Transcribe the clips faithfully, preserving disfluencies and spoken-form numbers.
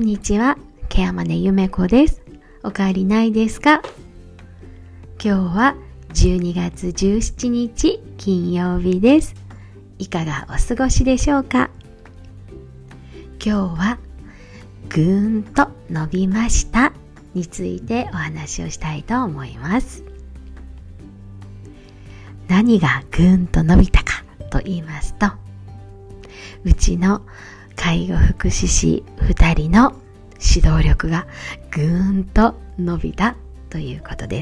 にちは、ケアマネゆめこです。おかえりないですか？今日はじゅうにがつじゅうしちにち金曜日です。いかがお過ごしでしょうか？今日はぐーんと伸びましたについてお話をしたいと思います。何がぐーんと伸びたかと言いますと、うちの介護福祉士ふたりの指導力がぐーんと伸びたということです。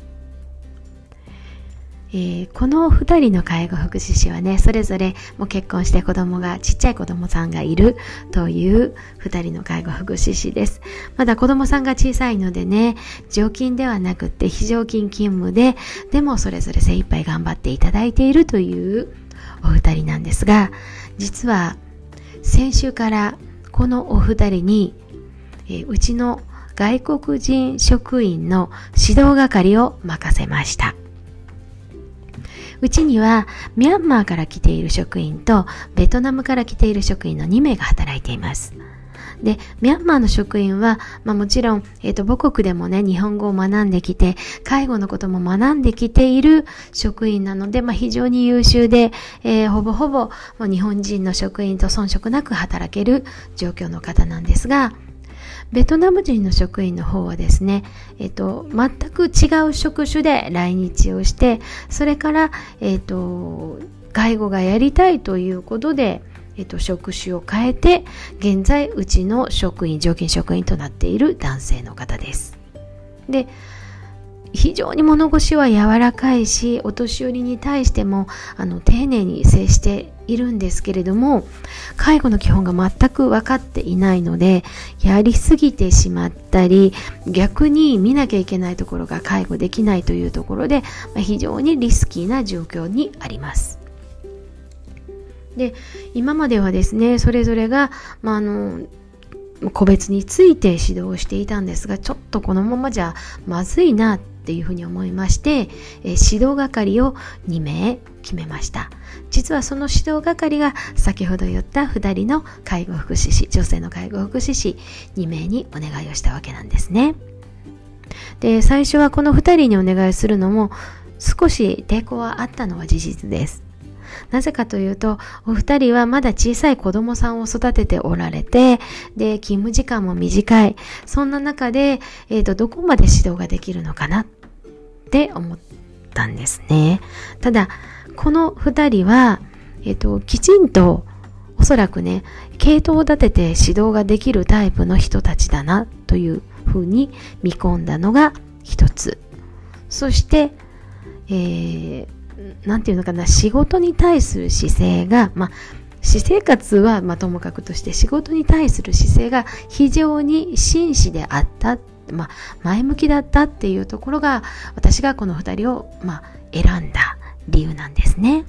えー、このふたりの介護福祉士はね、それぞれもう結婚して子供がちっちゃい子供さんがいるというふたりの介護福祉士です。まだ子供さんが小さいのでね、常勤ではなくて非常勤勤務で、でもそれぞれ精一杯頑張っていただいているというおふたりなんですが、実は先週からこのお二人に、えー、うちの外国人職員の指導係を任せました。うちにはミャンマーから来ている職員とベトナムから来ている職員のにめいが働いています。で、ミャンマーの職員は、まあ、もちろん、えっと、母国でもね、日本語を学んできて、介護のことも学んできている職員なので、まあ、非常に優秀で、えー、ほぼほぼもう日本人の職員と遜色なく働ける状況の方なんですが、ベトナム人の職員の方はですね、えっと、全く違う職種で来日をして、それから、えっと、介護がやりたいということで、えっと、職種を変えて、現在うちの職員、常勤職員となっている男性の方です。で、非常に物腰は柔らかいし、お年寄りに対してもあの丁寧に接しているんですけれども、介護の基本が全く分かっていないので、やりすぎてしまったり、逆に見なきゃいけないところが介護できないというところで、まあ、非常にリスキーな状況にあります。で、今まではですね、それぞれが、まあ、あの個別について指導していたんですが、ちょっとこのままじゃまずいなっていうふうに思いまして、え指導係をにめい決めました。実はその指導係が先ほど言ったふたりの介護福祉士、女性の介護福祉士にめいにお願いをしたわけなんですね。で、最初はこのふたりにお願いするのも少し抵抗はあったのは事実です。なぜかというと、お二人はまだ小さい子供さんを育てておられて、で、勤務時間も短い。そんな中で、えーと、どこまで指導ができるのかなって思ったんですね。ただ、この二人は、えーと、きちんと、おそらくね、系統を立てて指導ができるタイプの人たちだな、というふうに見込んだのが一つ。そして、えー、なんていうのかな、仕事に対する姿勢が、まあ、私生活はまあともかくとして仕事に対する姿勢が非常に真摯であった、まあ、前向きだったっていうところが、私がこのふたりをまあ選んだ理由なんですね。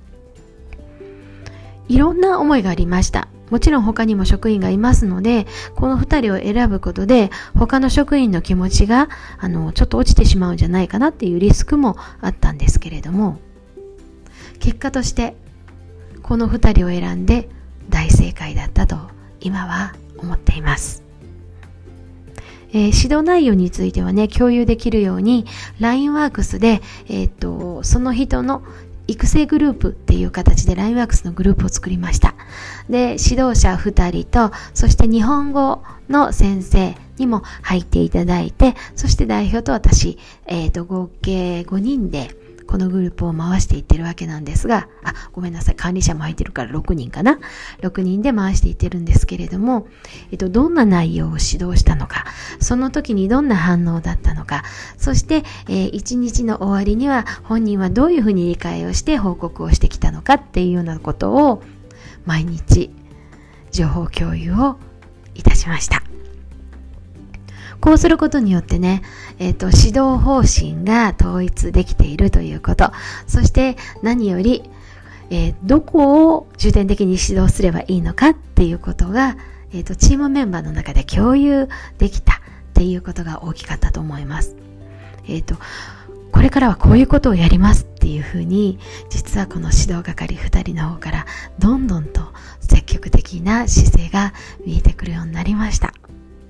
いろんな思いがありました。もちろん他にも職員がいますので、このふたりを選ぶことで他の職員の気持ちがあのちょっと落ちてしまうんじゃないかなっていうリスクもあったんですけれども、結果としてこのふたりを選んで大正解だったと今は思っています。えー、指導内容についてはね、共有できるように ライン ワークスで、えーっと、その人の育成グループっていう形で ライン ワークスのグループを作りました。で、指導者ふたりと、そして日本語の先生にも入っていただいて、そして代表と私、えっと、合計ごにんでこのグループを回していってるわけなんですが、あ、ごめんなさい、管理者も入ってるからろくにんかな。ろくにんで回していってるんですけれども、えっと、どんな内容を指導したのか、その時にどんな反応だったのか、そして、えー、一日の終わりには本人はどういうふうに理解をして報告をしてきたのかっていうようなことを毎日情報共有をいたしました。こうすることによってね、えっと、指導方針が統一できているということ、そして何より、えー、どこを重点的に指導すればいいのかっていうことが、えっと、チームメンバーの中で共有できたっていうことが大きかったと思います。えっと、これからはこういうことをやりますっていうふうに、実はこの指導係ふたりの方からどんどんと積積極的な姿勢が見えてくるようになりました。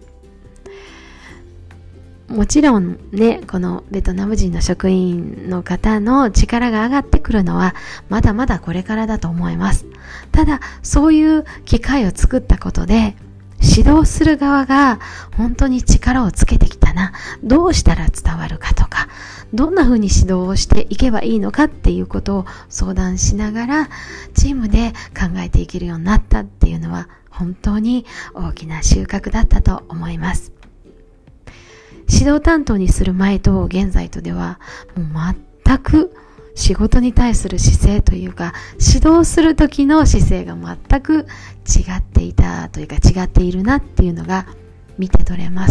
もちろんね、このベトナム人の職員の方の力が上がってくるのはまだまだこれからだと思います。ただそういう機会を作ったことで、指導する側が本当に力をつけてきたな、どうしたら伝わるかとか、どんな風に指導をしていけばいいのかっていうことを相談しながらチームで考えていけるようになったっていうのは本当に大きな収穫だったと思います。指導担当にする前と現在とではもう全く仕事に対する姿勢というか、指導する時の姿勢が全く違っていたというか違っているなっていうのが見て取れます。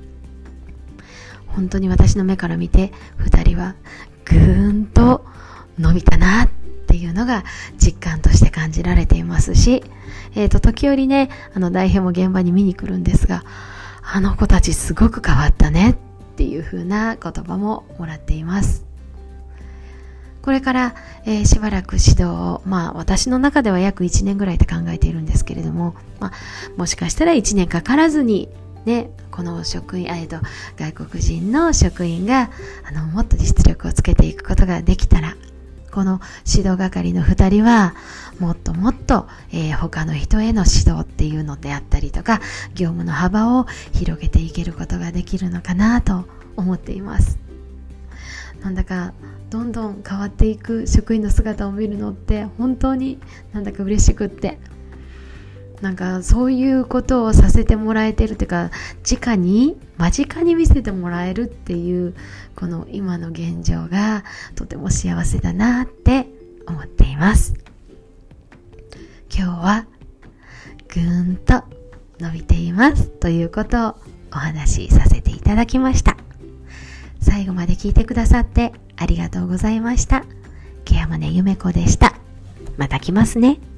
本当に私の目から見てふたりはぐーんと伸びたなっていうのが実感として感じられていますし、えーと、時折ね、あの代表も現場に見に来るんですが、あの子たちすごく変わったねっていう風な言葉ももらっています。これから、えー、しばらく指導を、まあ私の中では約いちねんぐらいで考えているんですけれども、まあ、もしかしたらいちねんかからずにね、この職員、えーと、外国人の職員があのもっと実力をつけていくことができたら、この指導係のふたりはもっともっと、えー、他の人への指導っていうのであったりとか、業務の幅を広げていけることができるのかなと思っています。なんだかどんどん変わっていく職員の姿を見るのって本当になんだか嬉しくって、なんかそういうことをさせてもらえてるっていうか、直に間近に見せてもらえるっていうこの今の現状がとても幸せだなって思っています。今日はぐーんと伸びていますということをお話しさせていただきました。最後まで聞いてくださってありがとうございました。ケアマネゆめこでした。また来ますね。